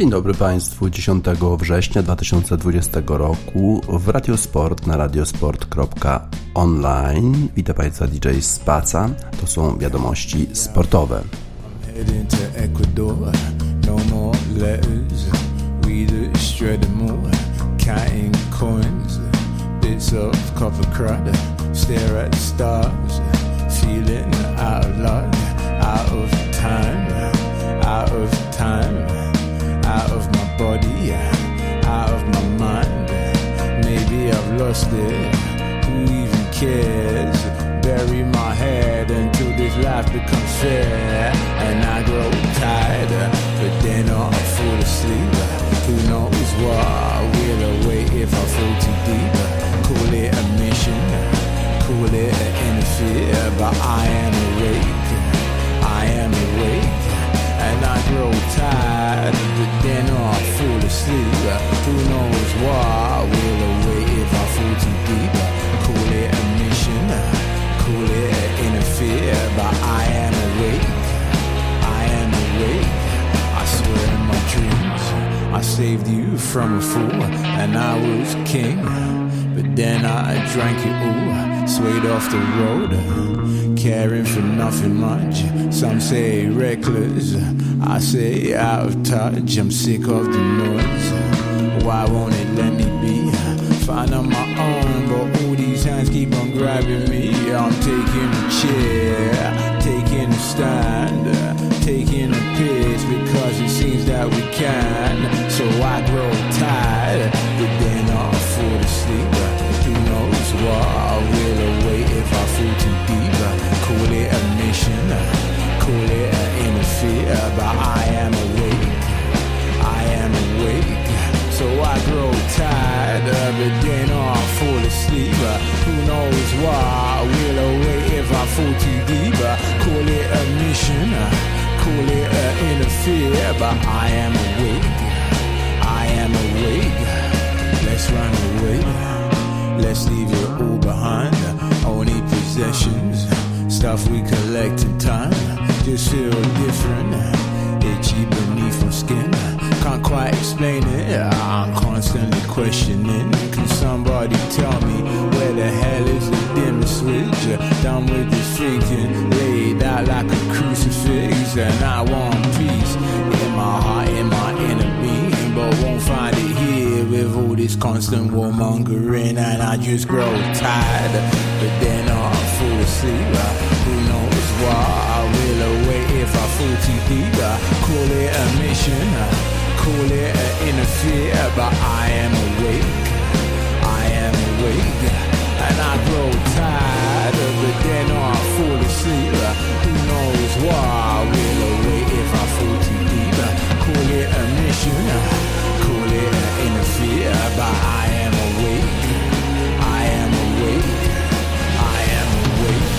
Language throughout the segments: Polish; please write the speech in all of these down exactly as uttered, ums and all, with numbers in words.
Dzień dobry Państwu, dziesiątego września dwa tysiące dwudziestego roku w Radiosport na radiosport kropka online. Witam Państwa D J Spaca, to są wiadomości sportowe. Out of my body, out of my mind. Maybe I've lost it, who even cares? Bury my head until this life becomes fair. And I grow tired, but then I fall asleep. Who knows what will await if I fall too deep? Call it a mission, call it an interfere, but I am awake, I am awake. And I grow tired, but then I fall asleep. Who knows what will await if I fall too deep? Call it a mission, call it an interfere, but I am awake, I am awake. I swear in my dreams I saved you from a fool, and I was king. But then I drank it all, swayed off the road, caring for nothing much. Some say reckless, I say out of touch. I'm sick of the noise, why won't it let me be? Find on my own, but all these hands keep on grabbing me. I'm taking a chair, taking a stand, taking a piss because it seems that we can. So I grow tired, but then I fall asleep. Who knows what will await if I fall too deep? Call it a mission, call it an interfere, but I am awake, I am awake. So I grow tired, but then I fall asleep. Who knows what will await if I fall too deep? Call it a mission, call it an interfere, but I am awake, I am awake. Let's run away, let's leave it all behind. Only possessions, stuff we collect in time. Just feel different, itchy beneath my skin. Can't quite explain it, I'm constantly questioning. Can somebody tell me where the hell is the dimmer switch? Done with this thinking, laid out like a crucifix. And I want peace in my heart, in my inner being, but won't find it here with all this constant warmongering. And I just grow tired, but then I fall asleep. Who knows what I will await if I fall too deep? Call it a mission, call it an interfere, but I am awake, I am awake. And I grow tired, but then I fall asleep. Who knows what will await if I fall too deep? Call it a mission, call it an interfere, but I am awake, I am awake, I am awake.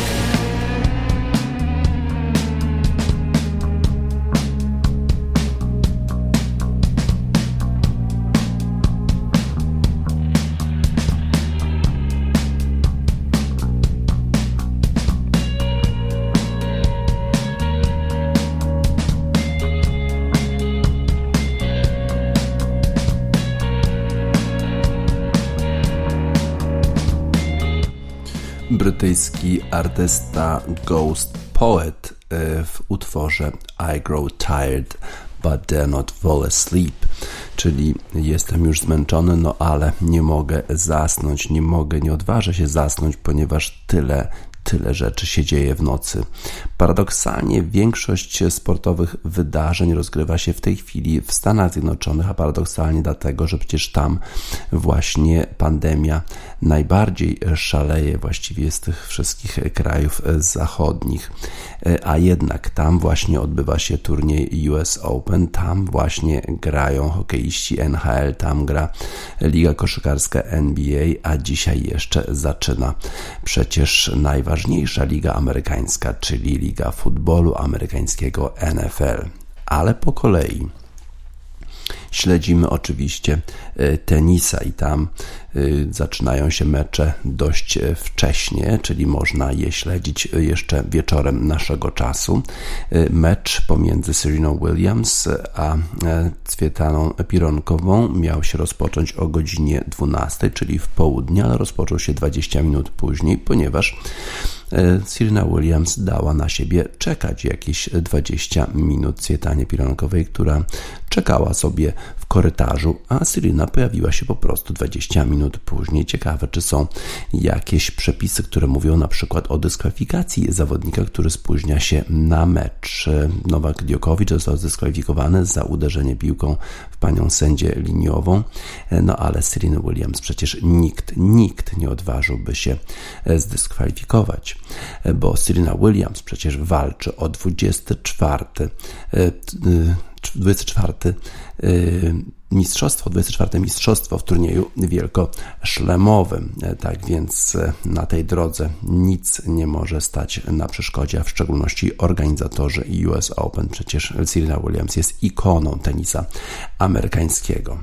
Brytyjski artysta Ghost Poet w utworze I Grow Tired but Dare Not Fall Asleep, czyli jestem już zmęczony, no ale nie mogę zasnąć, nie mogę, nie odważę się zasnąć, ponieważ tyle Tyle rzeczy się dzieje w nocy. Paradoksalnie większość sportowych wydarzeń rozgrywa się w tej chwili w Stanach Zjednoczonych, a paradoksalnie dlatego, że przecież tam właśnie pandemia najbardziej szaleje właściwie z tych wszystkich krajów zachodnich. A jednak tam właśnie odbywa się turniej U S Open, tam właśnie grają hokeiści N H L, tam gra Liga Koszykarska N B A, a dzisiaj jeszcze zaczyna przecież najważniejsza liga amerykańska, czyli Liga Futbolu Amerykańskiego N F L. Ale po kolei. śledzimy oczywiście tenisa i tam zaczynają się mecze dość wcześnie, czyli można je śledzić jeszcze wieczorem naszego czasu. Mecz pomiędzy Sereną Williams a Cwietlaną Pironkową miał się rozpocząć o godzinie dwunastej, czyli w południe, ale rozpoczął się dwadzieścia minut później, ponieważ Serena Williams dała na siebie czekać jakieś dwadzieścia minut Cwietanie Pironkowej, która czekała sobie w korytarzu, a Serena pojawiła się po prostu dwadzieścia minut później. Ciekawe, czy są jakieś przepisy, które mówią na przykład o dyskwalifikacji zawodnika, który spóźnia się na mecz. Nowak Djokovic został zdyskwalifikowany za uderzenie piłką w panią sędzię liniową, no ale Serena Williams przecież nikt, nikt nie odważyłby się zdyskwalifikować, bo Serena Williams przecież walczy o dwudziesty czwarty mistrzostwo, dwudzieste czwarte mistrzostwo w turnieju wielkoszlemowym. Tak więc na tej drodze nic nie może stać na przeszkodzie, a w szczególności organizatorzy U S Open. Przecież Serena Williams jest ikoną tenisa amerykańskiego.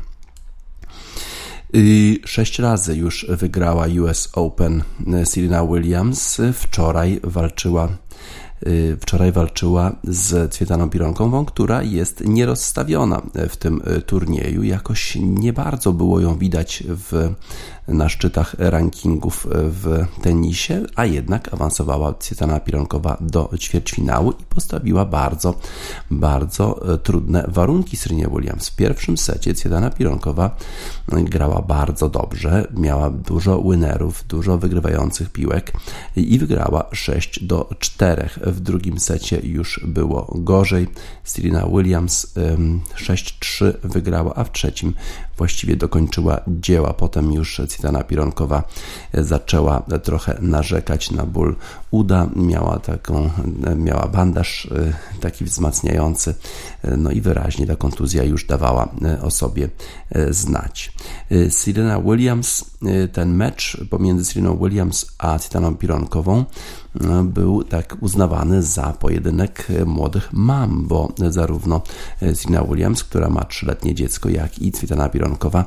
Sześć razy już wygrała U S Open Serena Williams. Wczoraj walczyła Wczoraj walczyła z Cwietlaną Pironkową, która jest nierozstawiona w tym turnieju. Jakoś nie bardzo było ją widać w, na szczytach rankingów w tenisie, a jednak awansowała Cwietana Pironkowa do ćwierćfinału i postawiła bardzo, bardzo trudne warunki Serenie Williams. W pierwszym secie Cwietana Pironkowa grała bardzo dobrze, miała dużo winnerów, dużo wygrywających piłek i wygrała sześć do czterech. W drugim secie już było gorzej. Serena Williams sześć trzy wygrała, a w trzecim właściwie dokończyła dzieła. Potem już Cwietana Pironkowa zaczęła trochę narzekać na ból uda. Miała taką, miała bandaż taki wzmacniający, no i wyraźnie ta kontuzja już dawała o sobie znać. Serena Williams, ten mecz pomiędzy Sereną Williams a Cwietaną Pironkową był tak uznawany za pojedynek młodych mam, bo zarówno Serena Williams, która ma trzyletnie dziecko, jak i Cwietana Pironkowa,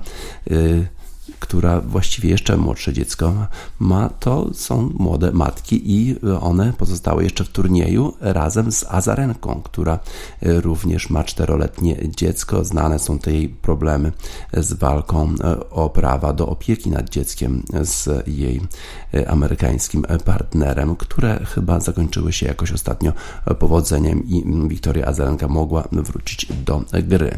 która właściwie jeszcze młodsze dziecko ma, to są młode matki i one pozostały jeszcze w turnieju razem z Azarenką, która również ma czteroletnie dziecko. Znane są te jej problemy z walką o prawa do opieki nad dzieckiem z jej amerykańskim partnerem, które chyba zakończyły się jakoś ostatnio powodzeniem i Wiktoria Azarenka mogła wrócić do gry.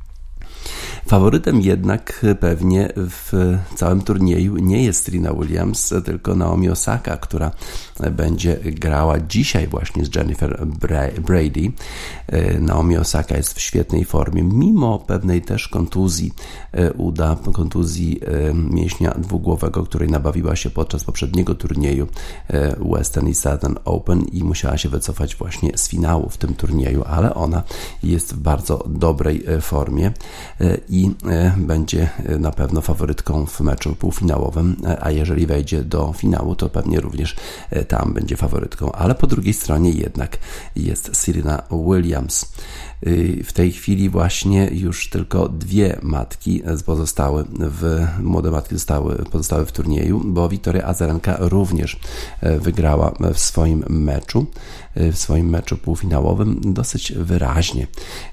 Faworytem jednak pewnie w całym turnieju nie jest Serena Williams, tylko Naomi Osaka, która będzie grała dzisiaj właśnie z Jennifer Brady. Naomi Osaka jest w świetnej formie, mimo pewnej też kontuzji uda, kontuzji mięśnia dwugłowego, której nabawiła się podczas poprzedniego turnieju Western i Southern Open i musiała się wycofać właśnie z finału w tym turnieju, ale ona jest w bardzo dobrej formie i będzie na pewno faworytką w meczu półfinałowym, a jeżeli wejdzie do finału, to pewnie również tam będzie faworytką, ale po drugiej stronie jednak jest Serena Williams. W tej chwili właśnie już tylko dwie matki pozostały w, młode matki zostały, pozostały w turnieju, bo Wiktoria Azarenka również wygrała w swoim meczu, w swoim meczu półfinałowym dosyć wyraźnie.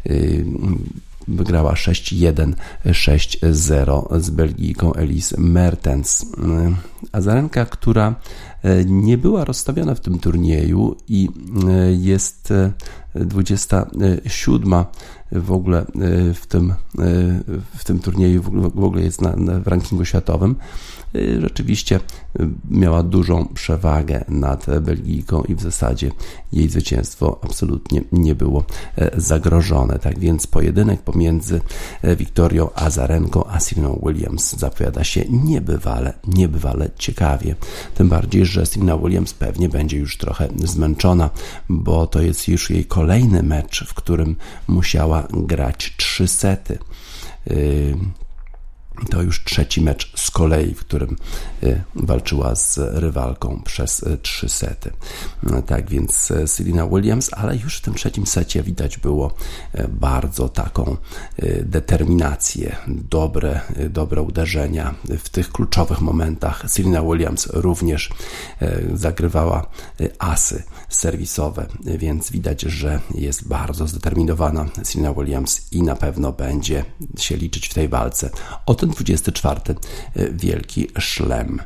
Wygrała sześć jeden, sześć zero z Belgijką Elise Mertens. Azarenka, która nie była rozstawiona w tym turnieju i jest dwudziesta siódma w ogóle w tym, w tym turnieju, w ogóle jest na, na, w rankingu światowym, rzeczywiście miała dużą przewagę nad Belgijką i w zasadzie jej zwycięstwo absolutnie nie było zagrożone. Tak więc pojedynek pomiędzy Wiktorią Azarenką a Sereną Williams zapowiada się niebywale, niebywale ciekawie. Tym bardziej, że Serena Williams pewnie będzie już trochę zmęczona, bo to jest już jej kolejny mecz, w którym musiała grać trzy sety. To już trzeci mecz z kolei, w którym walczyła z rywalką przez trzy sety. Tak więc Serena Williams, ale już w tym trzecim secie widać było bardzo taką determinację, dobre, dobre uderzenia w tych kluczowych momentach. Serena Williams również zagrywała asy serwisowe, więc widać, że jest bardzo zdeterminowana Serena Williams i na pewno będzie się liczyć w tej walce o ten dwudziesty czwarty wielki szlem.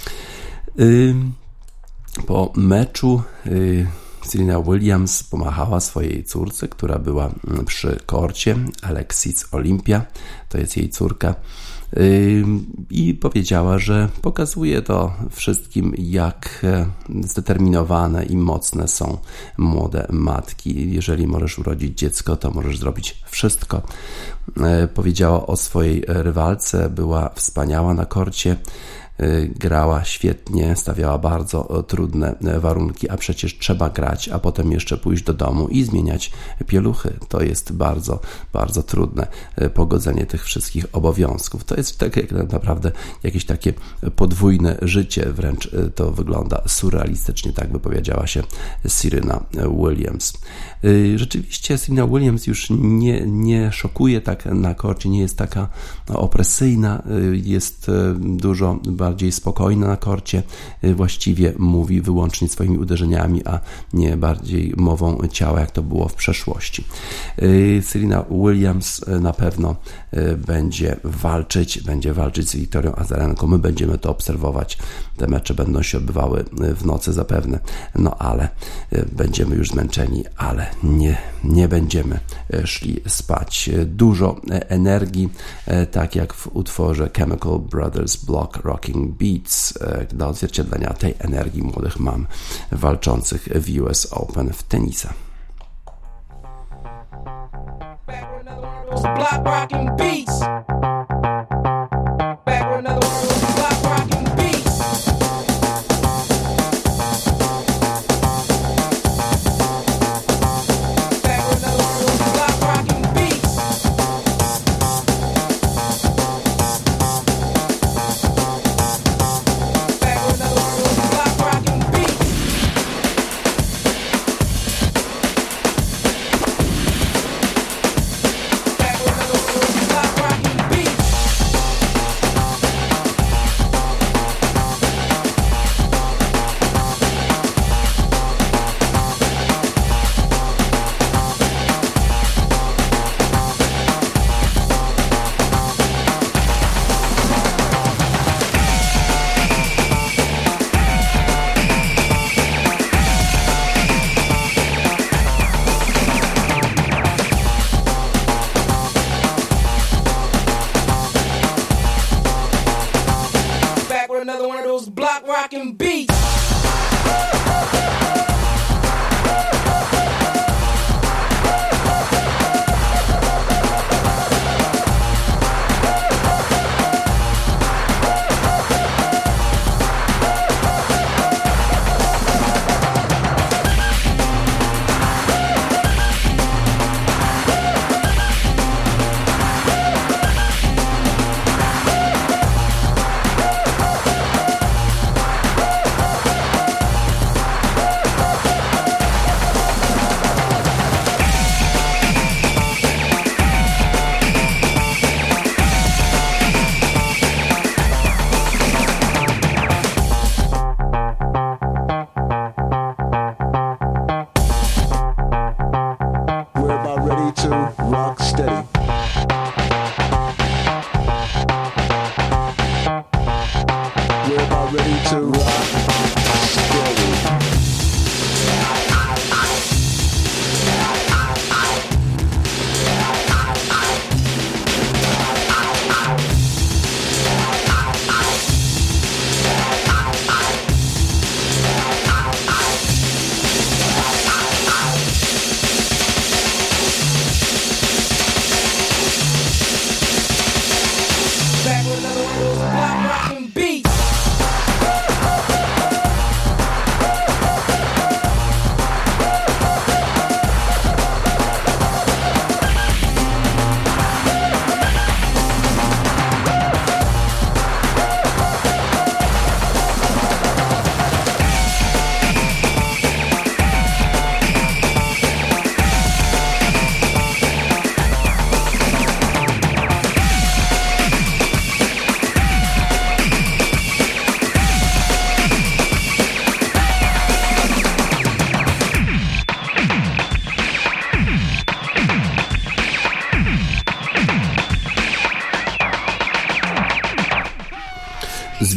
Po meczu Serena Williams pomachała swojej córce, która była przy korcie, Alexis Olympia, to jest jej córka, i powiedziała, że pokazuje to wszystkim, jak zdeterminowane i mocne są młode matki. Jeżeli możesz urodzić dziecko, to możesz zrobić wszystko. Powiedziała o swojej rywalce, była wspaniała na korcie, grała świetnie, stawiała bardzo trudne warunki, a przecież trzeba grać, a potem jeszcze pójść do domu i zmieniać pieluchy. To jest bardzo, bardzo trudne pogodzenie tych wszystkich obowiązków. To jest tak jak naprawdę jakieś takie podwójne życie, wręcz to wygląda surrealistycznie, tak wypowiedziała się Serena Williams. Rzeczywiście Serena Williams już nie, nie szokuje tak na korcie, nie jest taka opresyjna, jest dużo bardziej spokojna na korcie, właściwie mówi wyłącznie swoimi uderzeniami, a nie bardziej mową ciała, jak to było w przeszłości. Serena Williams na pewno będzie walczyć, będzie walczyć z Wiktorią Azarenką. My będziemy to obserwować. Te mecze będą się odbywały w nocy zapewne, no ale będziemy już zmęczeni, ale nie, nie będziemy szli spać. Dużo energii, tak jak w utworze Chemical Brothers Block Rocking Beats, dla odzwierciedlenia tej energii młodych mam walczących w U S Open w tenisa. Block rocking beats. Back with another one of those block rocking beats. Back with another one of those block rocking beats. Back with another one of those block rocking beats.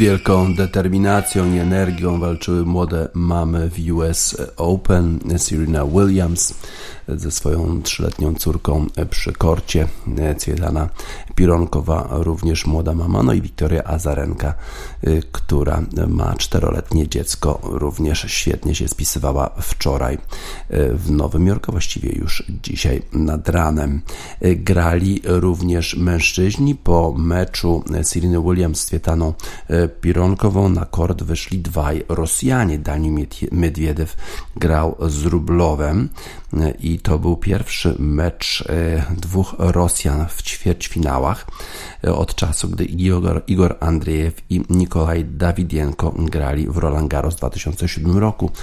wielką determinacją i energią walczyły młode mamy w U S Open. Serena Williams ze swoją trzyletnią córką przy korcie, Cwietana Pironkowa, również młoda mama, no i Wiktoria Azarenka, która ma czteroletnie dziecko, również świetnie się spisywała wczoraj w Nowym Jorku, właściwie już dzisiaj nad ranem. Grali również mężczyźni. Po meczu Sereny Williams z Cwietaną Pironkową na kort wyszli dwaj Rosjanie. Daniil Miedwiediew grał z Rublowem i to był pierwszy mecz dwóch Rosjan w ćwierćfinałach od czasu, gdy Igor, Igor Andriejew i Nikolaj Dawidienko grali w Roland Garros w dwa tysiące siódmym roku.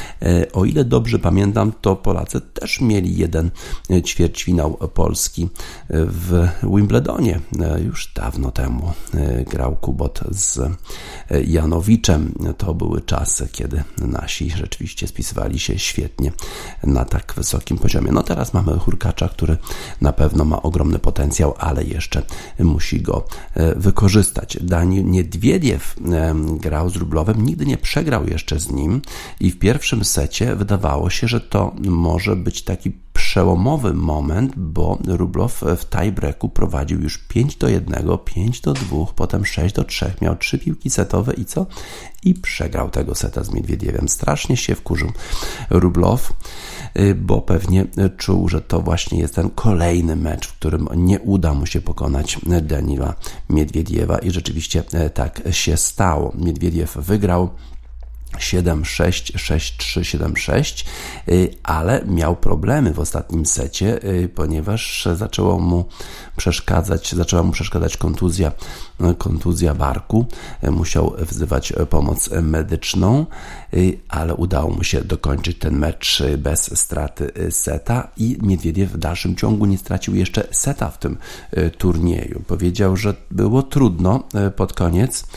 O ile dobrze pamiętam, to Polacy też mieli jeden ćwierćfinał polski w Wimbledonie. Już dawno temu grał Kubot z Janowiczem. To były czasy, kiedy nasi rzeczywiście spisywali się świetnie na tak wysokim poziomie. No teraz mamy hurkacza, który na pewno ma ogromny potencjał, ale jeszcze musi go wykorzystać. Daniil Miedwiediew grał z Rublowem, nigdy nie przegrał jeszcze z nim i w pierwszym secie wydawało się, że to może być taki przełomowy moment, bo Rublow w tiebreaku prowadził już pięć do jednego, pięć do dwóch, potem sześć do trzech, miał trzy piłki setowe i co? I przegrał tego seta z Miedwiediewem. Strasznie się wkurzył Rublow, bo pewnie czuł, że to właśnie jest ten kolejny mecz, w którym nie uda mu się pokonać Daniila Miedwiediewa i rzeczywiście tak się stało. Miedwiediew wygrał siedem sześć, sześć trzy, siedem sześć, ale miał problemy w ostatnim secie, ponieważ zaczęło mu przeszkadzać, zaczęła mu przeszkadzać kontuzja, kontuzja barku. Musiał wzywać pomoc medyczną, ale udało mu się dokończyć ten mecz bez straty seta i Miedwiediew w dalszym ciągu nie stracił jeszcze seta w tym turnieju. Powiedział, że było trudno pod koniec,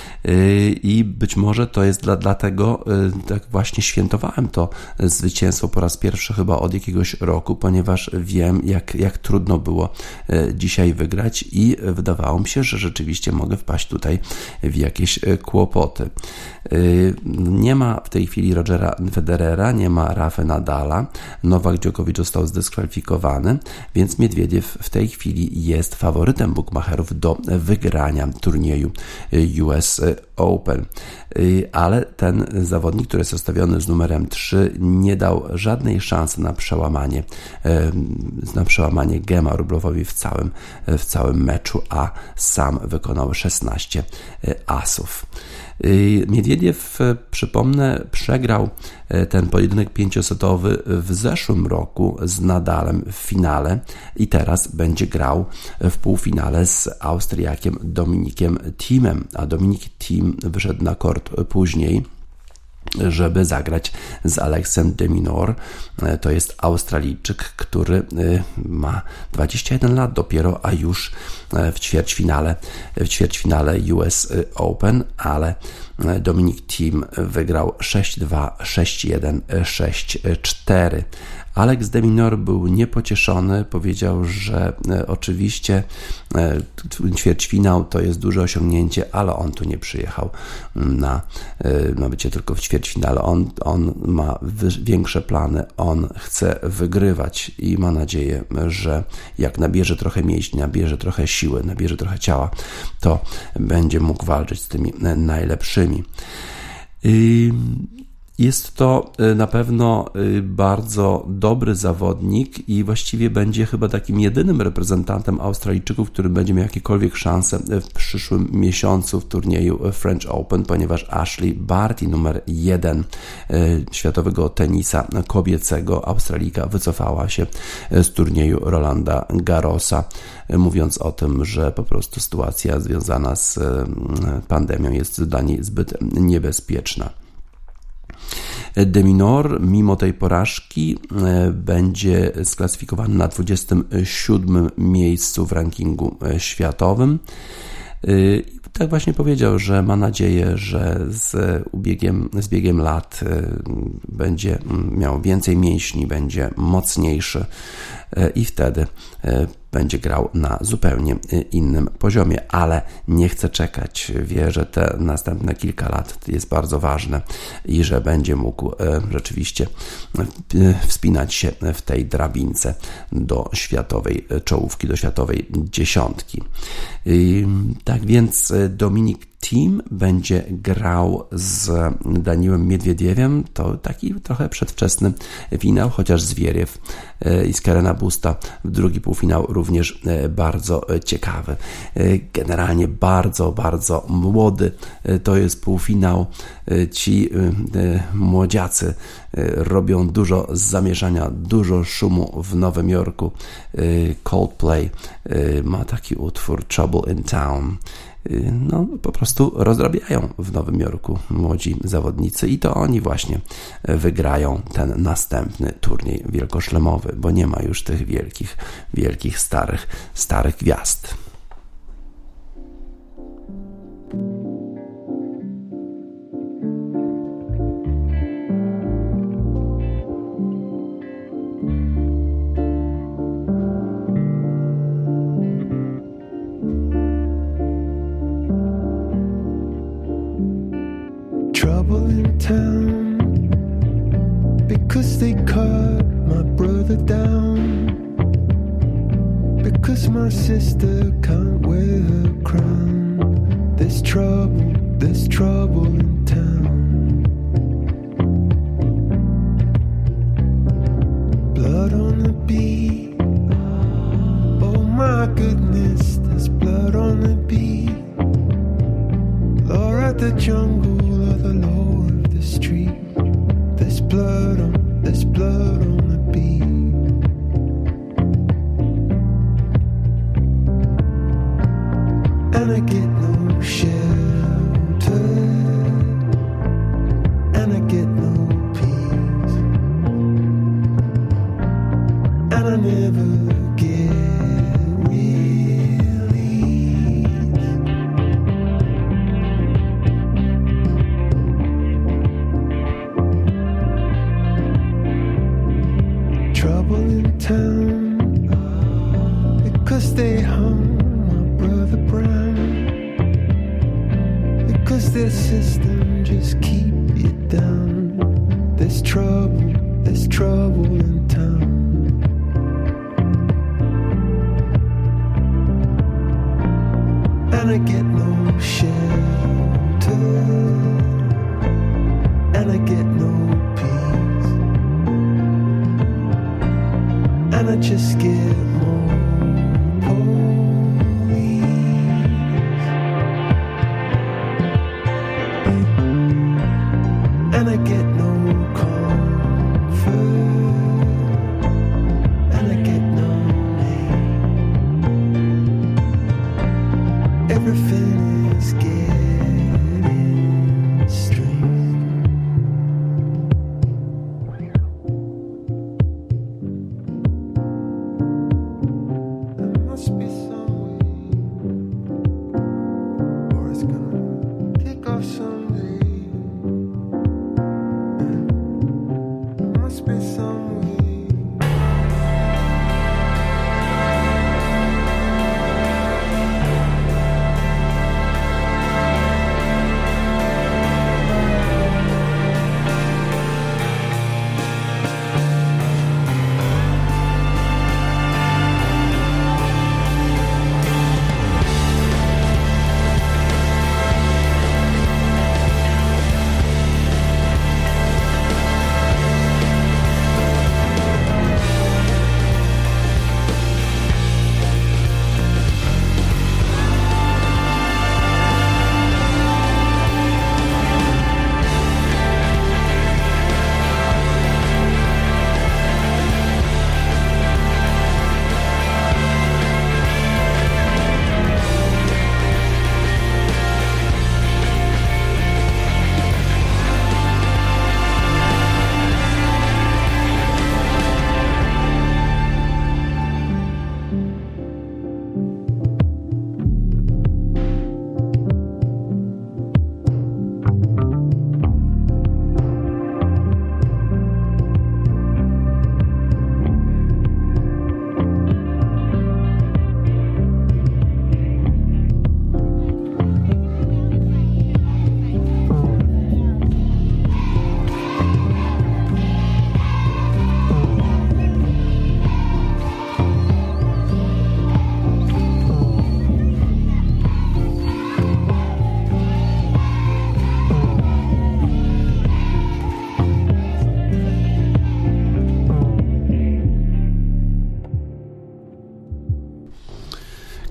i być może to jest dla, dlatego tak właśnie świętowałem to zwycięstwo po raz pierwszy chyba od jakiegoś roku, ponieważ wiem, jak, jak trudno było dzisiaj wygrać i wydawało mi się, że rzeczywiście mogę wpaść tutaj w jakieś kłopoty. Nie ma w tej chwili Rogera Federera, nie ma Rafa Nadala, Nowak Djokovic został zdyskwalifikowany, więc Miedwiediew w tej chwili jest faworytem bookmacherów do wygrania turnieju U S Open, ale ten zawodnik, który jest ustawiony z numerem trzy, nie dał żadnej szansy na przełamanie na przełamanie gema Rublowowi w całym, w całym meczu, a sam wykonał szesnaście asów. Miedwiediew, przypomnę, przegrał ten pojedynek pięciosetowy w zeszłym roku z Nadalem w finale i teraz będzie grał w półfinale z Austriakiem Dominikiem Thiemem, a Dominik Thiem wyszedł na kort później, żeby zagrać z Alexem de Minaur. To jest Australijczyk, który ma dwadzieścia jeden lat dopiero, a już w ćwierćfinale, w ćwierćfinale U S Open, ale Dominic Thiem wygrał sześć dwa, sześć jeden, sześć cztery. Alex de Minaur był niepocieszony, powiedział, że oczywiście ćwierćfinał to jest duże osiągnięcie, ale on tu nie przyjechał na, na bycie tylko w ćwierćfinale. On, on ma większe plany, on chce wygrywać i ma nadzieję, że jak nabierze trochę mięśni, nabierze trochę siły, nabierze trochę ciała, to będzie mógł walczyć z tymi najlepszymi. I jest to na pewno bardzo dobry zawodnik i właściwie będzie chyba takim jedynym reprezentantem Australijczyków, który będzie miał jakiekolwiek szanse w przyszłym miesiącu w turnieju French Open, ponieważ Ashley Barty, numer jeden światowego tenisa kobiecego, Australijka, wycofała się z turnieju Rolanda Garrosa, mówiąc o tym, że po prostu sytuacja związana z pandemią jest dla niej zbyt niebezpieczna. De Minaur mimo tej porażki będzie sklasyfikowany na dwudziestym siódmym miejscu w rankingu światowym. Tak właśnie powiedział, że ma nadzieję, że z ubiegiem, z biegiem lat będzie miał więcej mięśni, będzie mocniejszy i wtedy będzie grał na zupełnie innym poziomie, ale nie chce czekać. Wie, że te następne kilka lat jest bardzo ważne i że będzie mógł rzeczywiście wspinać się w tej drabince do światowej czołówki, do światowej dziesiątki. Tak więc Dominik Thiem będzie grał z Daniilem Miedwiediewem. To taki trochę przedwczesny finał, chociaż Zwieriew i Skarena Busta w drugi półfinał również bardzo ciekawy. Generalnie bardzo, bardzo młody to jest półfinał. Ci młodziacy robią dużo zamieszania, dużo szumu w Nowym Jorku. Coldplay ma taki utwór Trouble in Town. No, po prostu rozrabiają w Nowym Jorku młodzi zawodnicy i to oni właśnie wygrają ten następny turniej wielkoszlemowy, bo nie ma już tych wielkich, wielkich, starych, starych gwiazd. Trouble in town because they cut my brother down, because my sister can't wear her crown. There's trouble, there's trouble in town. Blood on the beat, oh my goodness, there's blood on the beat. Law at the jungle, the law of the street. There's blood on, there's blood on the beat. And I get no shelter, and I get no peace, and I never get released. Trouble in town because they hung my brother Brown, because their system just keep you down. There's trouble, there's trouble in town. And I get no shelter, and I get no peace, and I just get more police. And I get no comfort, and I get no name. Everything is getting strange. There must be some way, or it's gonna kick off someday. There must be some way.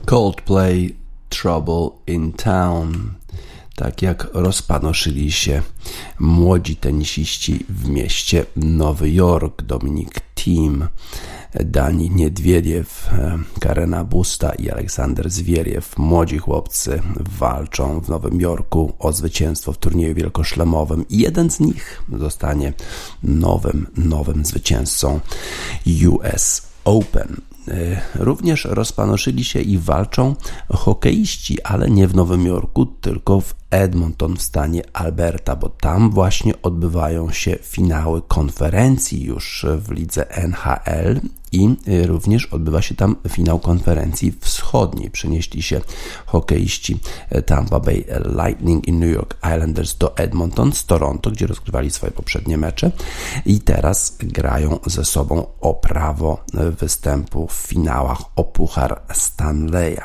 Coldplay, Trouble in Town. Tak jak rozpanoszyli się młodzi tenisiści w mieście Nowy Jork, Dominik Thiem, Dani Niedwiediew, Karena Busta i Aleksander Zwieriew. Młodzi chłopcy walczą w Nowym Jorku o zwycięstwo w turnieju wielkoszlemowym i jeden z nich zostanie nowym, nowym zwycięzcą U S Open. Również rozpanoszyli się i walczą hokeiści, ale nie w Nowym Jorku, tylko w Edmonton w stanie Alberta, bo tam właśnie odbywają się finały konferencji już w lidze N H L i również odbywa się tam finał konferencji wschodniej. Przenieśli się hokeiści Tampa Bay Lightning i New York Islanders do Edmonton z Toronto, gdzie rozgrywali swoje poprzednie mecze i teraz grają ze sobą o prawo występu w finałach o Puchar Stanleya.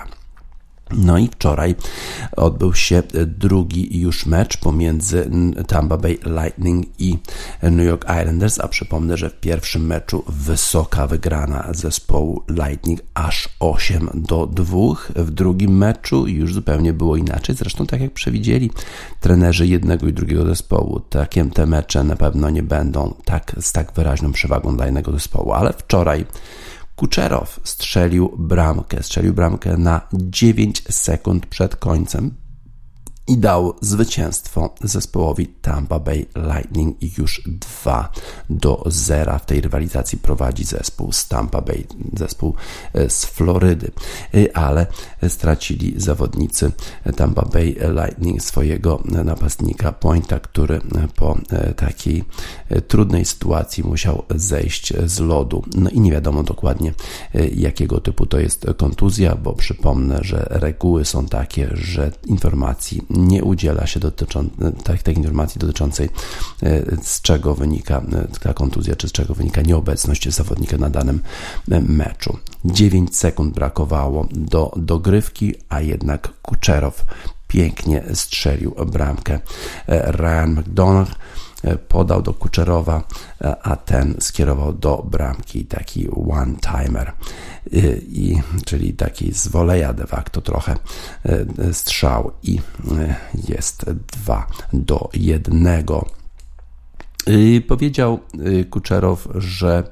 No i wczoraj odbył się drugi już mecz pomiędzy Tampa Bay Lightning i New York Islanders, a przypomnę, że w pierwszym meczu wysoka wygrana zespołu Lightning aż osiem do dwóch. W drugim meczu już zupełnie było inaczej, zresztą tak jak przewidzieli trenerzy jednego i drugiego zespołu. Takie te mecze na pewno nie będą tak z tak wyraźną przewagą dla jednego zespołu, ale wczoraj Kuczerow strzelił bramkę, strzelił bramkę na dziewięć sekund przed końcem i dał zwycięstwo zespołowi Tampa Bay Lightning i już dwa do zera w tej rywalizacji prowadzi zespół z Tampa Bay, zespół z Florydy, ale stracili zawodnicy Tampa Bay Lightning swojego napastnika Pointa, który po takiej trudnej sytuacji musiał zejść z lodu. No i nie wiadomo dokładnie jakiego typu to jest kontuzja, bo przypomnę, że reguły są takie, że informacji nie udziela się dotyczą, tak, tej informacji dotyczącej z czego wynika ta kontuzja, czy z czego wynika nieobecność zawodnika na danym meczu. dziewięć sekund brakowało do dogrywki, a jednak Kuczerow pięknie strzelił bramkę. Ryan McDonough podał do Kuczerowa, a ten skierował do bramki taki one-timer, I, czyli taki z woleja de facto trochę strzał i jest dwa do jednego. Powiedział Kuczerow, że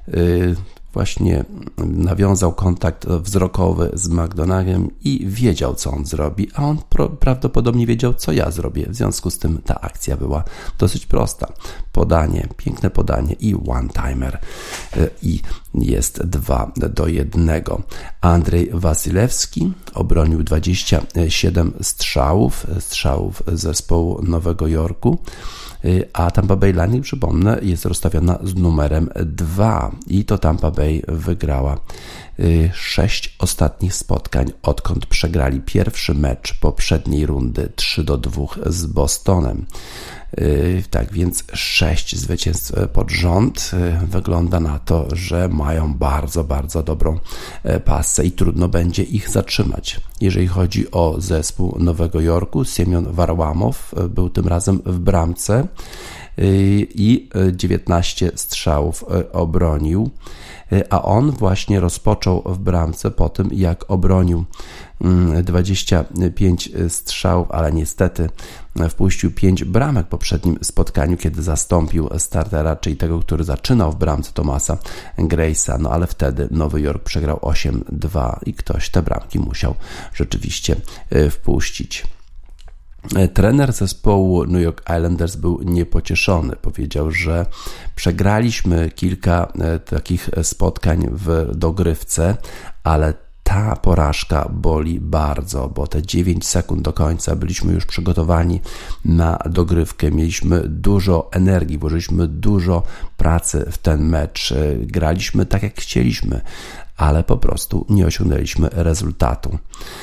właśnie nawiązał kontakt wzrokowy z McDonaghem i wiedział, co on zrobi, a on pro, prawdopodobnie wiedział, co ja zrobię. W związku z tym ta akcja była dosyć prosta. Podanie, piękne podanie i one-timer i jest dwa do jednego. Andrzej Wasylewski obronił dwadzieścia siedem strzałów, strzałów zespołu Nowego Jorku, a Tampa Bay Lightning, przypomnę, jest rozstawiona z numerem dwa i to Tampa Bay wygrała sześć ostatnich spotkań, odkąd przegrali pierwszy mecz poprzedniej rundy trzy do dwóch z Bostonem. Tak więc sześć zwycięstw pod rząd. Wygląda na to, że mają bardzo, bardzo dobrą pasę i trudno będzie ich zatrzymać. Jeżeli chodzi o zespół Nowego Jorku, Siemion Warłamow był tym razem w bramce i dziewiętnaście strzałów obronił, a on właśnie rozpoczął w bramce po tym, jak obronił dwadzieścia pięć strzałów, ale niestety wpuścił pięć bramek w poprzednim spotkaniu, kiedy zastąpił startera, czyli tego, który zaczynał w bramce, Thomasa Grace'a, no ale wtedy Nowy Jork przegrał osiem dwa i ktoś te bramki musiał rzeczywiście wpuścić. Trener zespołu New York Islanders był niepocieszony. Powiedział, że przegraliśmy kilka takich spotkań w dogrywce, ale ta porażka boli bardzo, bo te dziewięć sekund do końca byliśmy już przygotowani na dogrywkę, mieliśmy dużo energii, włożyliśmy dużo pracy w ten mecz, graliśmy tak jak chcieliśmy, ale po prostu nie osiągnęliśmy rezultatu.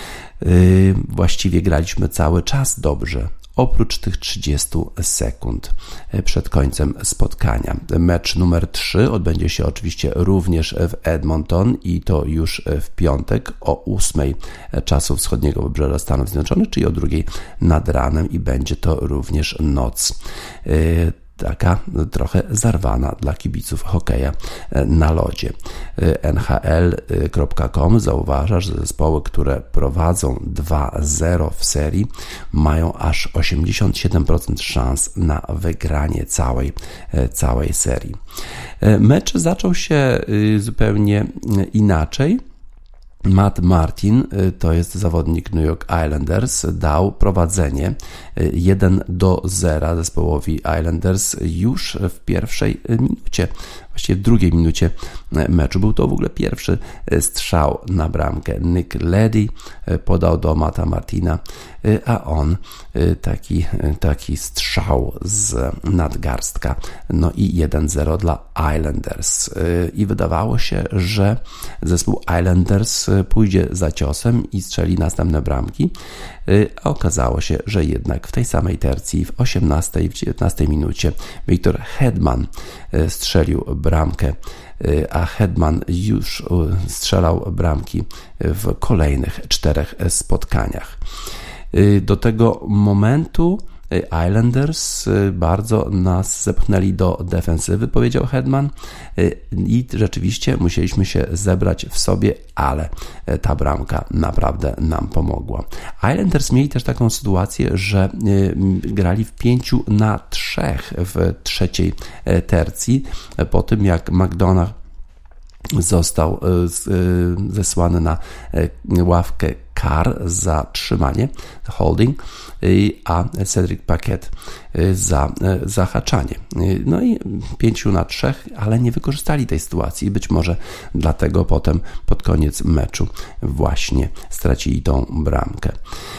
Właściwie graliśmy cały czas dobrze, oprócz tych trzydziestu sekund przed końcem spotkania. Mecz numer trzy odbędzie się oczywiście również w Edmonton i to już w piątek o ósmej czasu wschodniego wybrzeża Stanów Zjednoczonych, czyli o drugiej nad ranem i będzie to również noc. taka trochę zarwana dla kibiców hokeja na lodzie. N H L kropka com zauważa, że zespoły, które prowadzą dwa zero w serii, mają aż osiemdziesiąt siedem procent szans na wygranie całej, całej serii. Mecz zaczął się zupełnie inaczej. Matt Martin, to jest zawodnik New York Islanders, dał prowadzenie jeden do zera zespołowi Islanders już w pierwszej minucie. Właściwie w drugiej minucie meczu. Był to w ogóle pierwszy strzał na bramkę. Nick Leddy podał do Matta Martina, a on taki, taki strzał z nadgarstka. No i jeden zero dla Islanders. I wydawało się, że zespół Islanders pójdzie za ciosem i strzeli następne bramki, a okazało się, że jednak w tej samej tercji w osiemnastej i w dziewiętnastej minucie Victor Hedman strzelił bramkę, a Hedman już strzelał bramki w kolejnych czterech spotkaniach. Do tego momentu Islanders bardzo nas zepchnęli do defensywy, powiedział Hedman, i rzeczywiście musieliśmy się zebrać w sobie, ale ta bramka naprawdę nam pomogła. Islanders mieli też taką sytuację, że grali w pięciu na trzech w trzeciej tercji, po tym jak McDonough został zesłany na ławkę kar za trzymanie, holding, a Cedric Paquette za zahaczanie. No i pięciu na trzech, ale nie wykorzystali tej sytuacji. Być może dlatego potem pod koniec meczu właśnie stracili tą bramkę.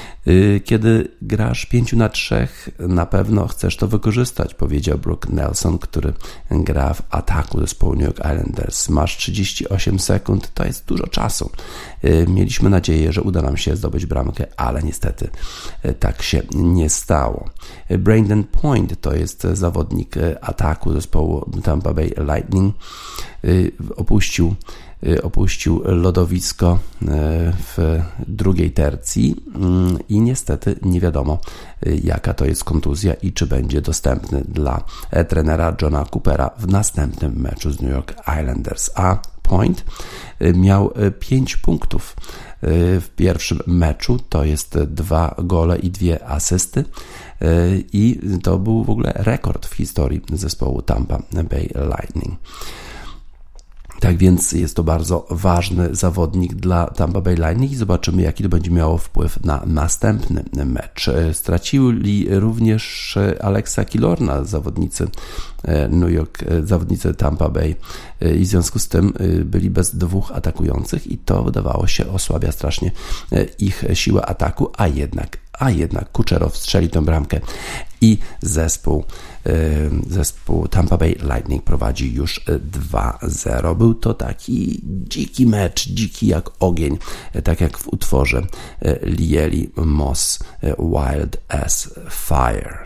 Kiedy grasz pięciu na trzech, na pewno chcesz to wykorzystać, powiedział Brook Nelson, który gra w ataku zespołu New York Islanders. Masz trzydzieści osiem sekund, to jest dużo czasu. Mieliśmy nadzieję, że uda nam się zdobyć bramkę, ale niestety tak się nie stało. Brandon Point to jest zawodnik ataku zespołu Tampa Bay Lightning. Opuścił opuścił lodowisko w drugiej tercji i niestety nie wiadomo, jaka to jest kontuzja i czy będzie dostępny dla trenera Johna Coopera w następnym meczu z New York Islanders. A Point miał pięć punktów w pierwszym meczu, to jest dwa gole i dwie asysty, i to był w ogóle rekord w historii zespołu Tampa Bay Lightning. Tak więc jest to bardzo ważny zawodnik dla Tampa Bay Lightning i zobaczymy, jaki to będzie miało wpływ na następny mecz. Stracili również Alexa Killorna, zawodnicy New York, zawodnicy Tampa Bay, i w związku z tym byli bez dwóch atakujących i to wydawało się osłabia strasznie ich siłę ataku, a jednak a jednak Kuczerow strzeli tę bramkę i zespół, zespół Tampa Bay Lightning prowadzi już dwa zero. Był to taki dziki mecz, dziki jak ogień, tak jak w utworze Lieli Moss Wild as Fire.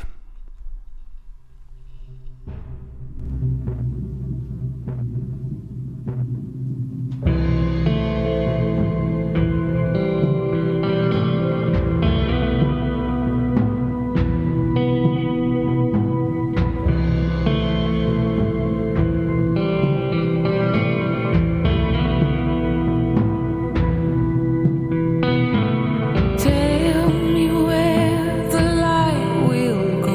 Tell me where the light will go.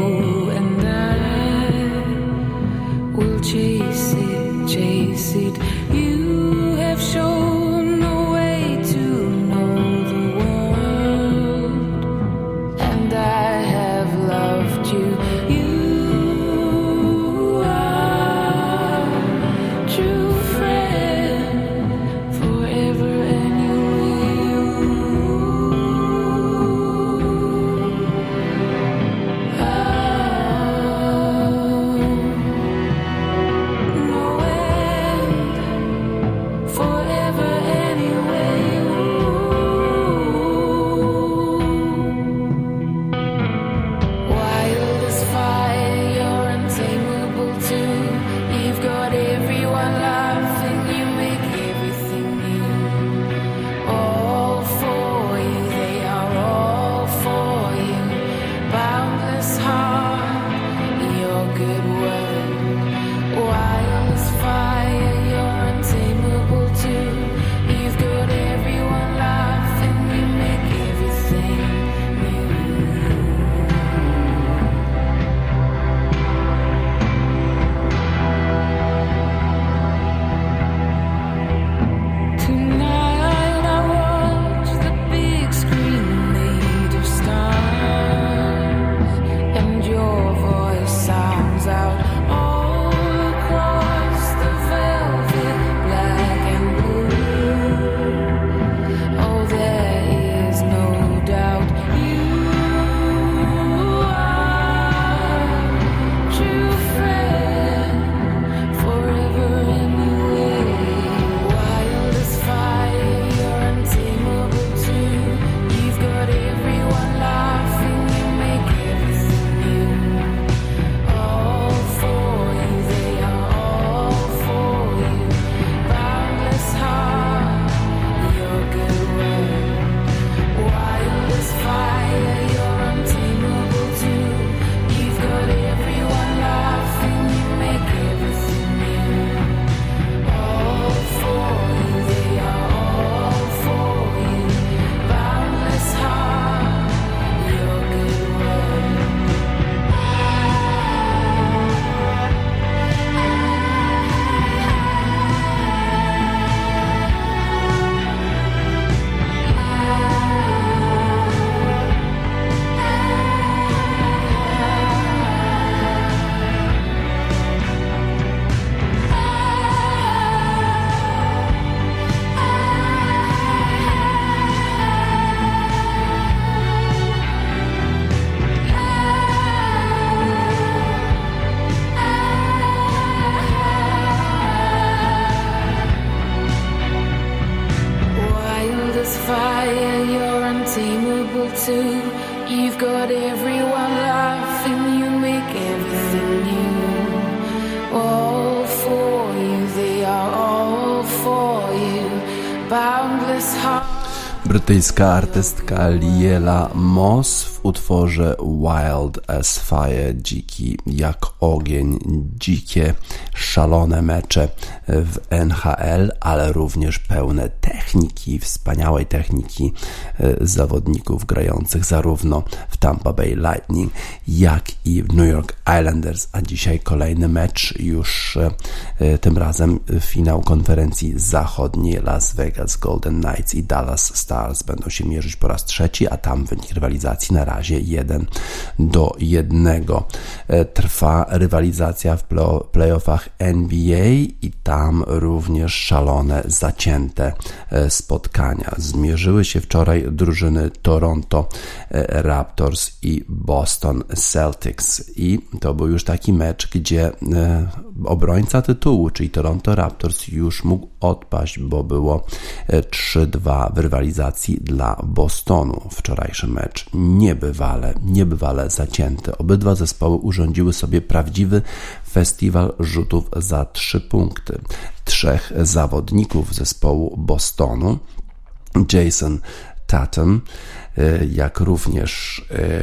able to. You've got everyone laughing, you make everything new. All for you, they are all for you. Boundless heart. Brytyjska artystka Liela Moss w utworze Wild as Fire, dziki jak ogień, dzikie, szalone mecze w N H L, ale również pełne techniki, wspaniałej techniki zawodników grających zarówno w Tampa Bay Lightning, jak i w New York Islanders, a dzisiaj kolejny mecz, już tym razem finał konferencji zachodniej. Las Vegas Golden Knights i Dallas Stars będą się mierzyć po raz trzeci, a tam wynik rywalizacji na razie jeden do jednego. Trwa rywalizacja w playoffach N B A i tam również szalone, zacięte spotkania. Zmierzyły się wczoraj drużyny Toronto Raptors i Boston Celtics i to był już taki mecz, gdzie obrońca tytułu, czyli Toronto Raptors, już mógł odpaść, bo było trzy dwa w rywalizacji dla Bostonu. Wczorajszy mecz niebywale, niebywale zacięty. Obydwa zespoły urządziły sobie prawdziwy festiwal rzutów za trzy punkty. Trzech zawodników zespołu Bostonu, Jason Tatum, jak również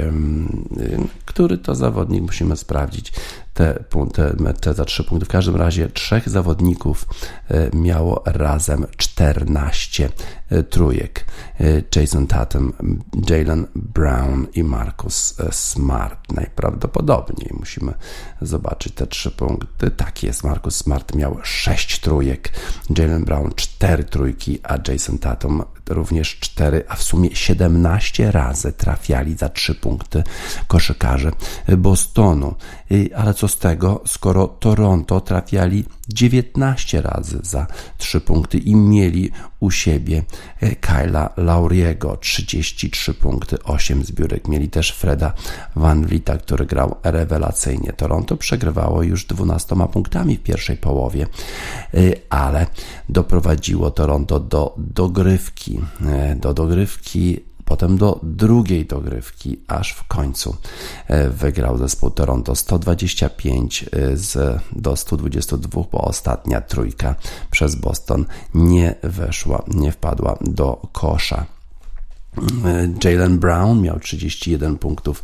który to zawodnik, musimy sprawdzić te, te mecze za trzy punkty. W każdym razie trzech zawodników miało razem czternaście trójek. Jason Tatum, Jaylen Brown i Marcus Smart. Najprawdopodobniej musimy zobaczyć te trzy punkty. Tak jest, Marcus Smart miał sześć trójek, Jaylen Brown cztery trójki, a Jason Tatum również cztery, a w sumie siedemnaście razy trafiali za trzy punkty koszykarze Bostonu. Ale co z tego, skoro Toronto trafiali dziewiętnaście razy za trzy punkty i mieli u siebie Kyla Lauriego, trzydzieści trzy punkty, osiem zbiórek. Mieli też Freda VanVleeta, który grał rewelacyjnie. Toronto przegrywało już dwunastoma punktami w pierwszej połowie, ale doprowadziło Toronto do dogrywki, do dogrywki potem do drugiej dogrywki, aż w końcu wygrał zespół Toronto sto dwadzieścia pięć z, do stu dwudziestu dwóch, bo ostatnia trójka przez Boston nie weszła, nie wpadła do kosza. Jaylen Brown miał trzydzieści jeden punktów,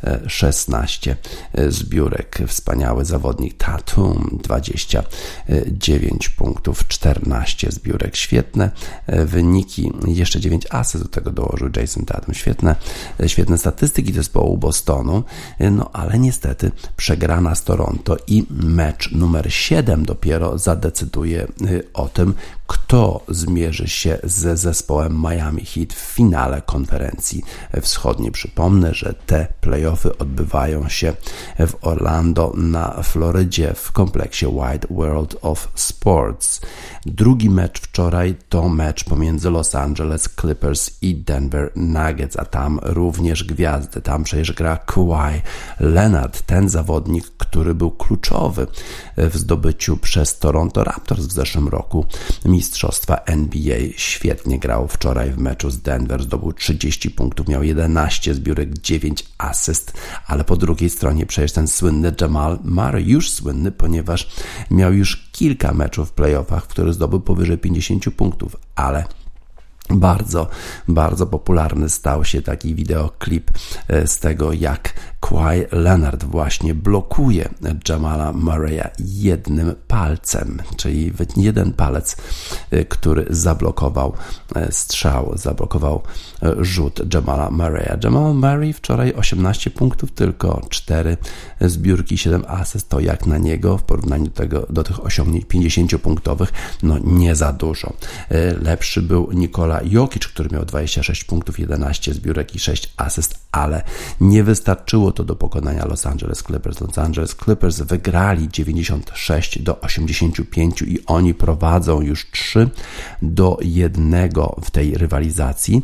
szesnaście zbiórek. Wspaniały zawodnik. Tatum dwadzieścia dziewięć punktów, czternaście zbiórek. Świetne wyniki. Jeszcze dziewięć asyst do tego dołożył Jason Tatum. Świetne, świetne statystyki zespołu Bostonu. No ale niestety przegrana z Toronto i mecz numer siedem dopiero zadecyduje o tym, kto zmierzy się ze zespołem Miami Heat w finale konferencji wschodniej. Przypomnę, że te playoffy odbywają się w Orlando na Florydzie w kompleksie Wide World of Sports. Drugi mecz wczoraj to mecz pomiędzy Los Angeles Clippers i Denver Nuggets, a tam również gwiazdy. Tam przecież gra Kawhi Leonard, ten zawodnik, który był kluczowy w zdobyciu przez Toronto Raptors w zeszłym roku mistrzostwa N B A. Świetnie grał wczoraj w meczu z Denver, zdobył trzydzieści punktów, miał jedenaście zbiórek, dziewięć asyst, ale po drugiej stronie przecież ten słynny Jamal Murray, już słynny, ponieważ miał już kilka meczów w playoffach, w których zdobył powyżej pięćdziesiąt punktów, ale bardzo, bardzo popularny stał się taki wideoklip z tego, jak Kawhi Leonard właśnie blokuje Jamala Murray'a jednym palcem, czyli jeden palec, który zablokował strzał, zablokował rzut Jamala Murray'a. Jamal Murray wczoraj osiemnaście punktów, tylko cztery zbiórki, siedem asyst, to jak na niego w porównaniu do, tego, do tych osiągnięć pięćdziesięciopunktowych, no nie za dużo. Lepszy był Nikola Jokic, który miał dwadzieścia sześć punktów, jedenaście zbiórek i sześć asyst, ale nie wystarczyło to do pokonania Los Angeles Clippers. Los Angeles Clippers wygrali dziewięćdziesiąt sześć do osiemdziesięciu pięciu i oni prowadzą już trzy do jednego w tej rywalizacji,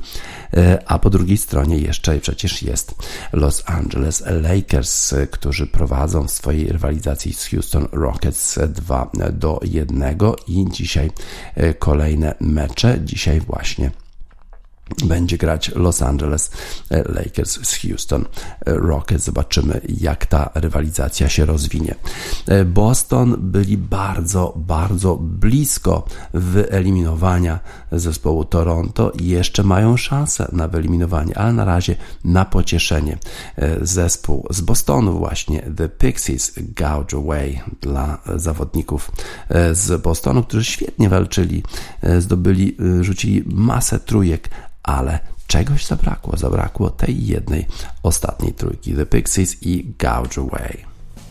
a po drugiej stronie jeszcze przecież jest Los Angeles Lakers, którzy prowadzą w swojej rywalizacji z Houston Rockets dwa do jednego i dzisiaj kolejne mecze. Dzisiaj właśnie będzie grać Los Angeles Lakers z Houston Rockets. Zobaczymy, jak ta rywalizacja się rozwinie. Boston byli bardzo, bardzo blisko wyeliminowania zespołu Toronto i jeszcze mają szansę na wyeliminowanie, ale na razie na pocieszenie. Zespół z Bostonu właśnie, The Pixies, Gouge Away dla zawodników z Bostonu, którzy świetnie walczyli, zdobyli, rzucili masę trójek, ale czegoś zabrakło. Zabrakło tej jednej ostatniej trójki. The Pixies i Gouge Away.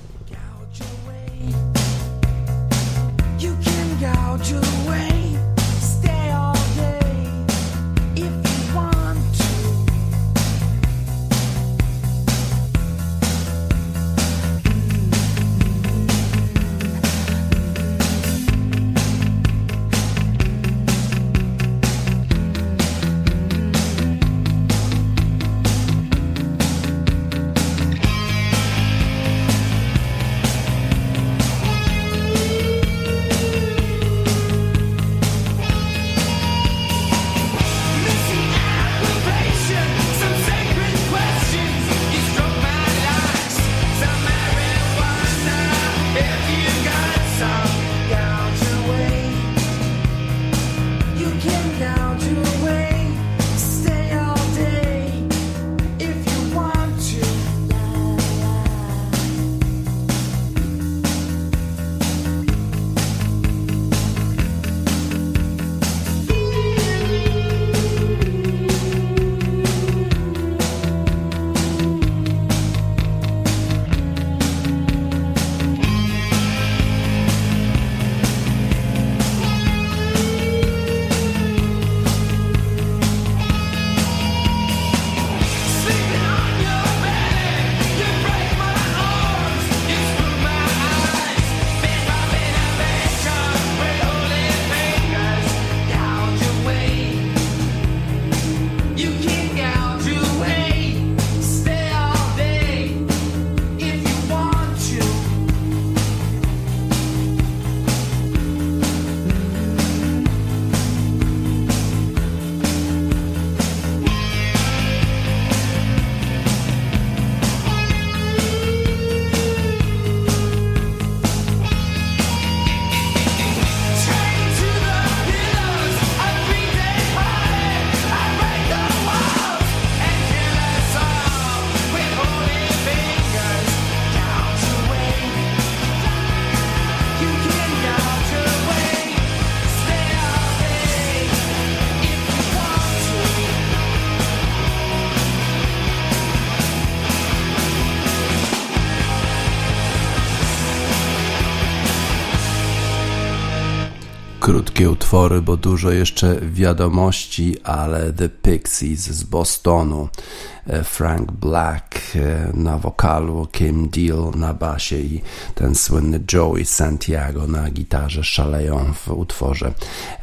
Krótkie utwory, bo dużo jeszcze wiadomości, ale The Pixies z Bostonu, Frank Black na wokalu, Kim Deal na basie i ten słynny Joey Santiago na gitarze szaleją w utworze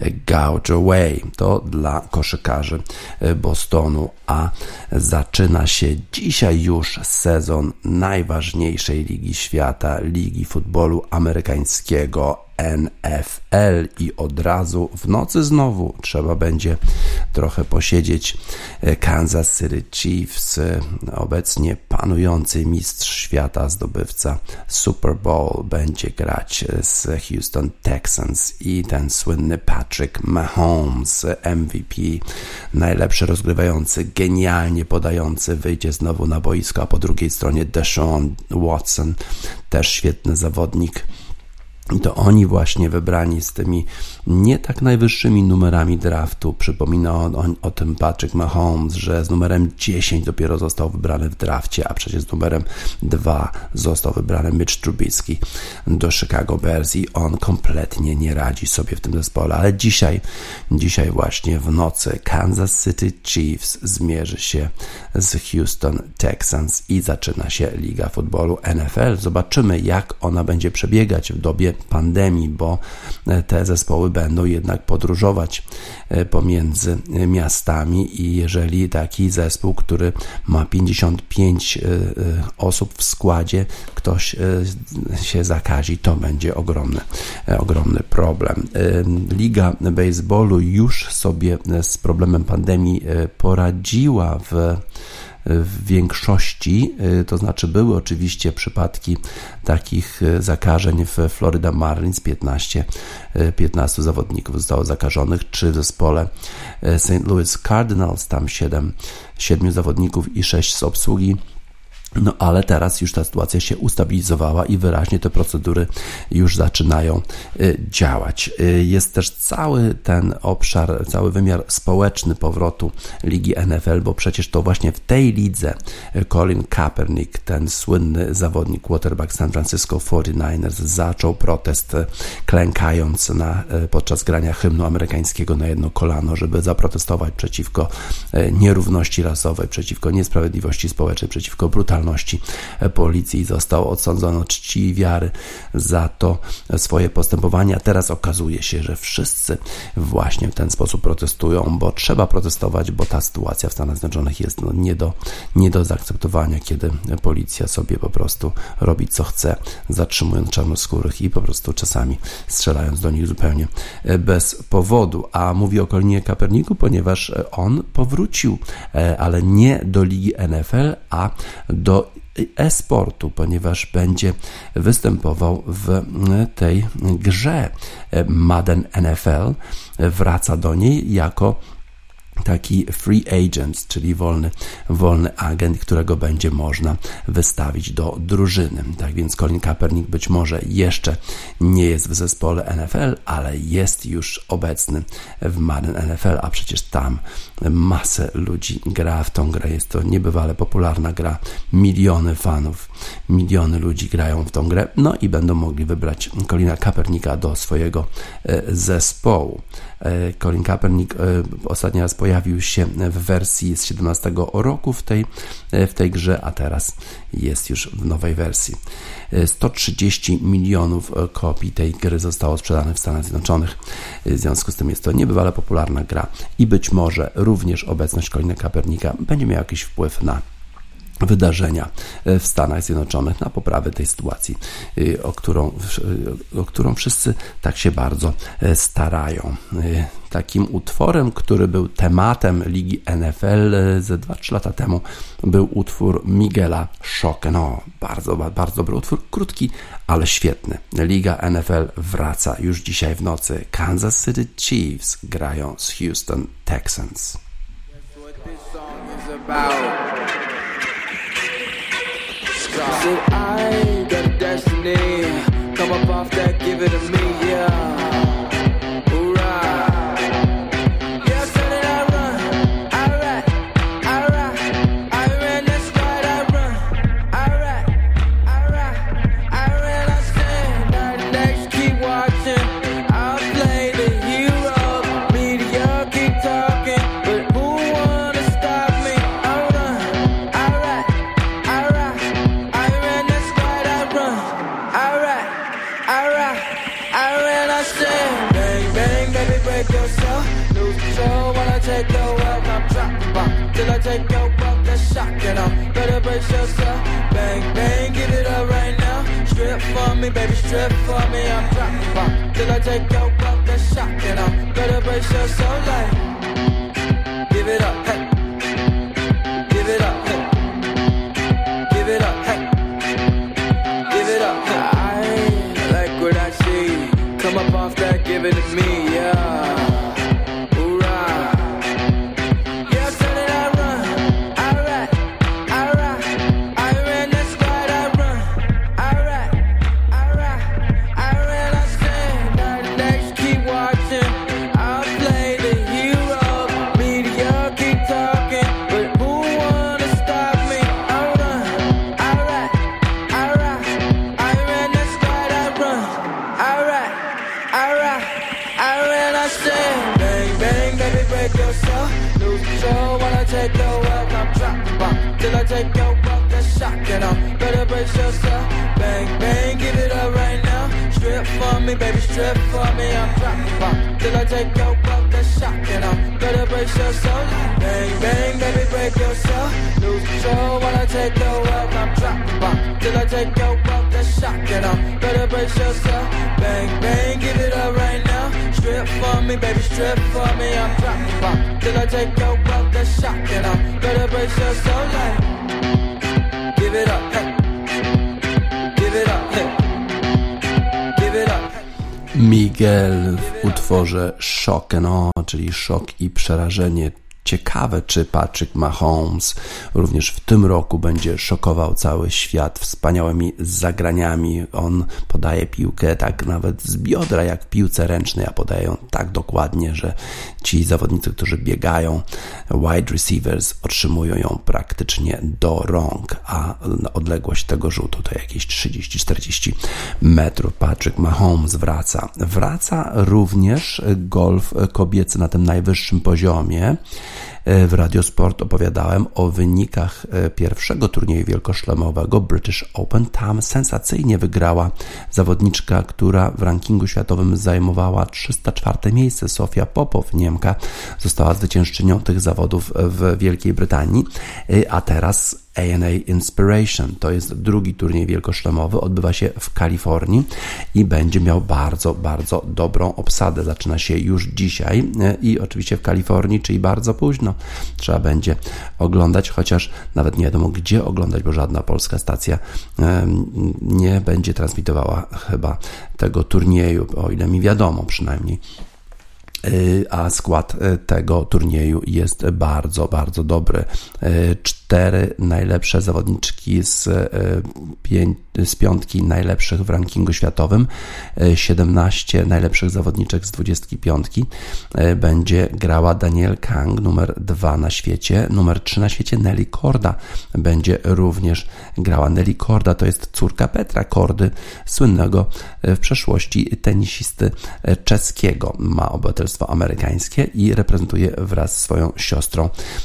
Gouge Away. To dla koszykarzy Bostonu, a zaczyna się dzisiaj już sezon najważniejszej ligi świata, Ligi Futbolu Amerykańskiego N F L i od razu w nocy znowu trzeba będzie trochę posiedzieć. Kansas City Chiefs, obecnie panujący mistrz świata, zdobywca Super Bowl, będzie grać z Houston Texans i ten słynny Patrick Mahomes, M V P, najlepszy rozgrywający, genialnie podający, wyjdzie znowu na boisko, a po drugiej stronie Deshaun Watson, też świetny zawodnik. I to oni właśnie wybrani z tymi nie tak najwyższymi numerami draftu. Przypomina o, o, o tym Patrick Mahomes, że z numerem dziesięć dopiero został wybrany w drafcie, a przecież z numerem dwa został wybrany Mitch Trubisky do Chicago Bears i on kompletnie nie radzi sobie w tym zespole. Ale dzisiaj, dzisiaj właśnie w nocy Kansas City Chiefs zmierzy się z Houston Texans i zaczyna się Liga Futbolu N F L. Zobaczymy, jak ona będzie przebiegać w dobie dobie pandemii, bo te zespoły będą jednak podróżować pomiędzy miastami i jeżeli taki zespół, który ma pięćdziesiąt pięć osób w składzie, ktoś się zakazi, to będzie ogromny, ogromny problem. Liga baseballu już sobie z problemem pandemii poradziła w w większości, to znaczy były oczywiście przypadki takich zakażeń w Florida Marlins, piętnaście, piętnastu zawodników zostało zakażonych, czy w zespole Saint Louis Cardinals, tam siedem, siedmiu zawodników i sześć z obsługi. No ale teraz już ta sytuacja się ustabilizowała i wyraźnie te procedury już zaczynają y, działać. Y, jest też cały ten obszar, cały wymiar społeczny powrotu Ligi N F L, bo przecież to właśnie w tej lidze Colin Kaepernick, ten słynny zawodnik, quarterback San Francisco forty-niners, zaczął protest, klękając na, podczas grania hymnu amerykańskiego na jedno kolano, żeby zaprotestować przeciwko nierówności rasowej, przeciwko niesprawiedliwości społecznej, przeciwko brutalności policji. Został odsądzony od czci i wiary za to swoje postępowania. Teraz okazuje się, że wszyscy właśnie w ten sposób protestują, bo trzeba protestować, bo ta sytuacja w Stanach Zjednoczonych jest no nie, do, nie do zaakceptowania, kiedy policja sobie po prostu robi co chce, zatrzymując czarnoskórych i po prostu czasami strzelając do nich zupełnie bez powodu. A mówię o Colinie Kaepernicku, ponieważ on powrócił, ale nie do Ligi N F L, a do e-sportu, ponieważ będzie występował w tej grze Madden N F L. Wraca do niej jako taki free agent, czyli wolny, wolny agent, którego będzie można wystawić do drużyny. Tak więc Colin Kaepernick być może jeszcze nie jest w zespole N F L, ale jest już obecny w Madden N F L, a przecież tam masę ludzi gra w tą grę. Jest to niebywale popularna gra. Miliony fanów, miliony ludzi grają w tą grę, no i będą mogli wybrać Colina Kaepernicka do swojego zespołu. Colin Kaepernick ostatni raz pojawił się w wersji z siedemnastego roku w tej, w tej grze, a teraz jest już w nowej wersji. sto trzydzieści milionów kopii tej gry zostało sprzedane w Stanach Zjednoczonych. W związku z tym jest to niebywale popularna gra i być może również obecność Colina Kaepernicka będzie miała jakiś wpływ na wydarzenia w Stanach Zjednoczonych, na poprawę tej sytuacji, o którą, o którą wszyscy tak się bardzo starają. Takim utworem, który był tematem Ligi N F L ze dwa trzy lata temu, był utwór Miguela Szoke. No, bardzo, bardzo dobry utwór, krótki, ale świetny. Liga N F L wraca już dzisiaj w nocy. Kansas City Chiefs grają z Houston Texans. Said I got a destiny, come up off that, give it to me, yeah. Take your breath, that's shocking up. Better brace yourself. Bang, bang, give it up right now. Strip for me, baby, strip for me. I'm dropping back till I take your breath, that's shocking up. Better brace yourself, like give it up, hey. Give it up, hey. Give it up, hey. Give it up, hey. I like what I see. Come up off that, give it to me, yeah. Take your breath, that's shocking up. Better brace yourself. Bang, bang, give it up right now. Strip for me, baby, strip for me. I'm dropping bomb till I take your buck. That's shocking. I'm gonna break your soul. Bang, bang, baby, break yourself. Lose control while I take your wealth. I'm dropping bomb till I take your buck. That's shocking. I'm gonna break yourself. Bang, bang, give it up right now. Strip for me, baby, strip for me. I'm dropping bomb till I take your buck. That's shocking. I'm gonna break your soul. Like, give it up, hey. Give it up, hey. Give it up. Miguel w utworze Shock and Awe, czyli szok i przerażenie. Ciekawe, czy Patrick Mahomes również w tym roku będzie szokował cały świat wspaniałymi zagraniami. On podaje piłkę tak nawet z biodra, jak w piłce ręcznej, a podaje ją tak dokładnie, że ci zawodnicy, którzy biegają, wide receivers, otrzymują ją praktycznie do rąk, a odległość tego rzutu to jakieś trzydzieści czterdzieści metrów. Patrick Mahomes wraca. Wraca również golf kobiecy na tym najwyższym poziomie. W Radiosport opowiadałem o wynikach pierwszego turnieju wielkoszlemowego British Open. Tam sensacyjnie wygrała zawodniczka, która w rankingu światowym zajmowała trzysta czwarte miejsce. Sofia Popow, Niemka, została zwyciężczynią tych zawodów w Wielkiej Brytanii, a teraz A N A Inspiration. To jest drugi turniej wielkoszlemowy, odbywa się w Kalifornii i będzie miał bardzo, bardzo dobrą obsadę. Zaczyna się już dzisiaj i oczywiście w Kalifornii, czyli bardzo późno. Trzeba będzie oglądać, chociaż nawet nie wiadomo gdzie oglądać, bo żadna polska stacja nie będzie transmitowała chyba tego turnieju, o ile mi wiadomo przynajmniej. A skład tego turnieju jest bardzo, bardzo dobry. Cztery najlepsze zawodniczki z, pię- z piątki najlepszych w rankingu światowym, siedemnaście najlepszych zawodniczek z dwudziestki piątki. Będzie grała Danielle Kang, numer dwa na świecie, numer trzy na świecie Nelly Korda będzie również grała. Nelly Korda to jest córka Petra Kordy, słynnego w przeszłości tenisisty czeskiego. Ma obywatelstwo amerykańskie i reprezentuje wraz z swoją siostrą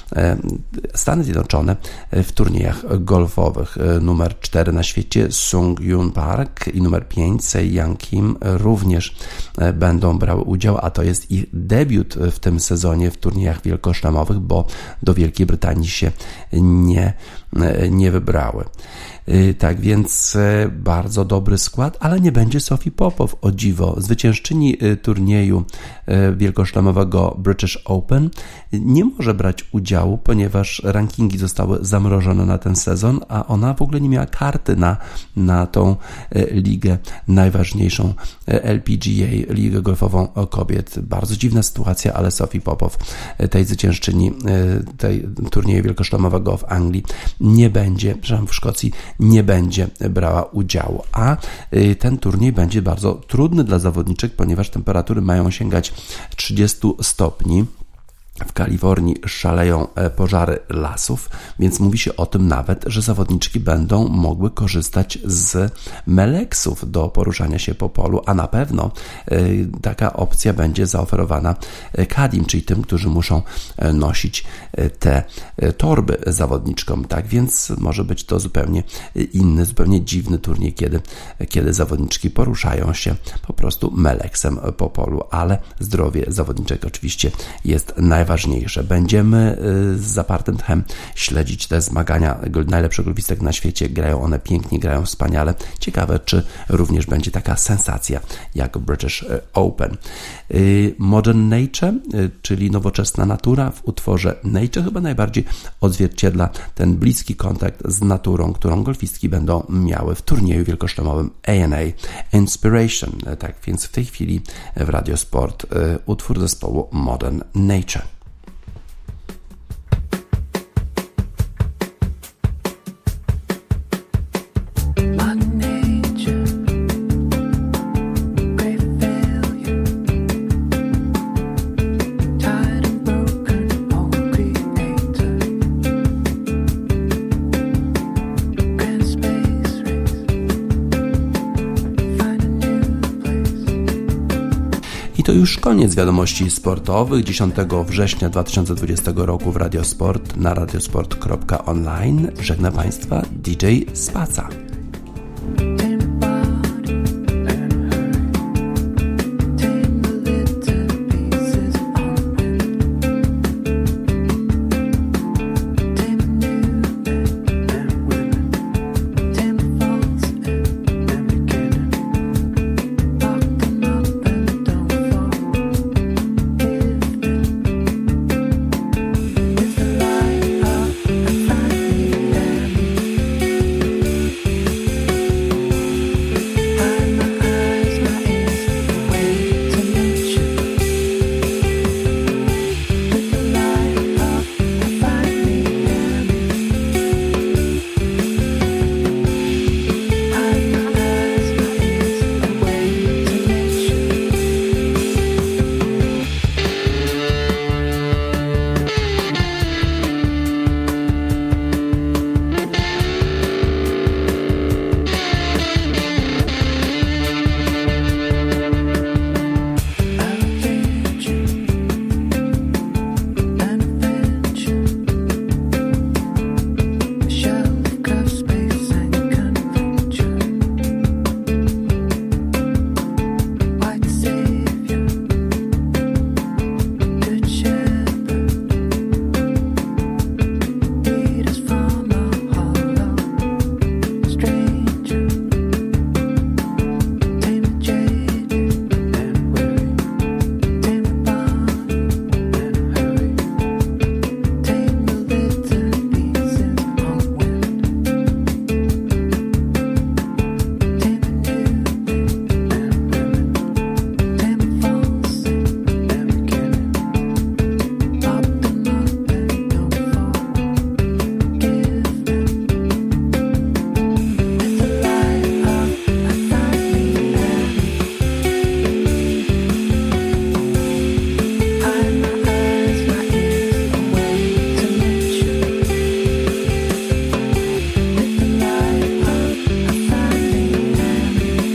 Stany Zjednoczone w turniejach golfowych. Numer cztery na świecie Sung Yoon Park i numer pięć Sei Young Kim również będą brały udział, a to jest ich debiut w tym sezonie w turniejach wielkoszlemowych, bo do Wielkiej Brytanii się nie, nie wybrały. Tak więc bardzo dobry skład, ale nie będzie Sofii Popow, o dziwo. Zwyciężczyni turnieju wielkoszlemowego British Open nie może brać udziału, ponieważ rankingi zostały zamrożone na ten sezon, a ona w ogóle nie miała karty na, na tą ligę najważniejszą L P G A, ligę golfową kobiet. Bardzo dziwna sytuacja, ale Sofii Popow, tej zwyciężczyni tej turnieju wielkoszlemowego w Anglii, nie będzie, przepraszam, w Szkocji, nie będzie brała udziału, a ten turniej będzie bardzo trudny dla zawodniczek, ponieważ temperatury mają sięgać trzydzieści stopni. W Kalifornii szaleją pożary lasów, więc mówi się o tym nawet, że zawodniczki będą mogły korzystać z meleksów do poruszania się po polu, a na pewno taka opcja będzie zaoferowana kadim, czyli tym, którzy muszą nosić te torby zawodniczkom. Tak więc może być to zupełnie inny, zupełnie dziwny turniej, kiedy, kiedy zawodniczki poruszają się po prostu meleksem po polu, ale zdrowie zawodniczek oczywiście jest najważniejsze. Najważniejsze. Będziemy z zapartym tchem śledzić te zmagania najlepszych golfistek na świecie. Grają one pięknie, grają wspaniale. Ciekawe, czy również będzie taka sensacja jak British Open. Modern Nature, czyli nowoczesna natura w utworze Nature chyba najbardziej odzwierciedla ten bliski kontakt z naturą, którą golfistki będą miały w turnieju wielkoszlemowym A N A Inspiration. Tak więc w tej chwili w Radiosport utwór zespołu Modern Nature. To już koniec wiadomości sportowych. dziesiątego września dwa tysiące dwudziestego roku w Radiosport na radiosport kropka online. Żegna Państwa D J Spaca.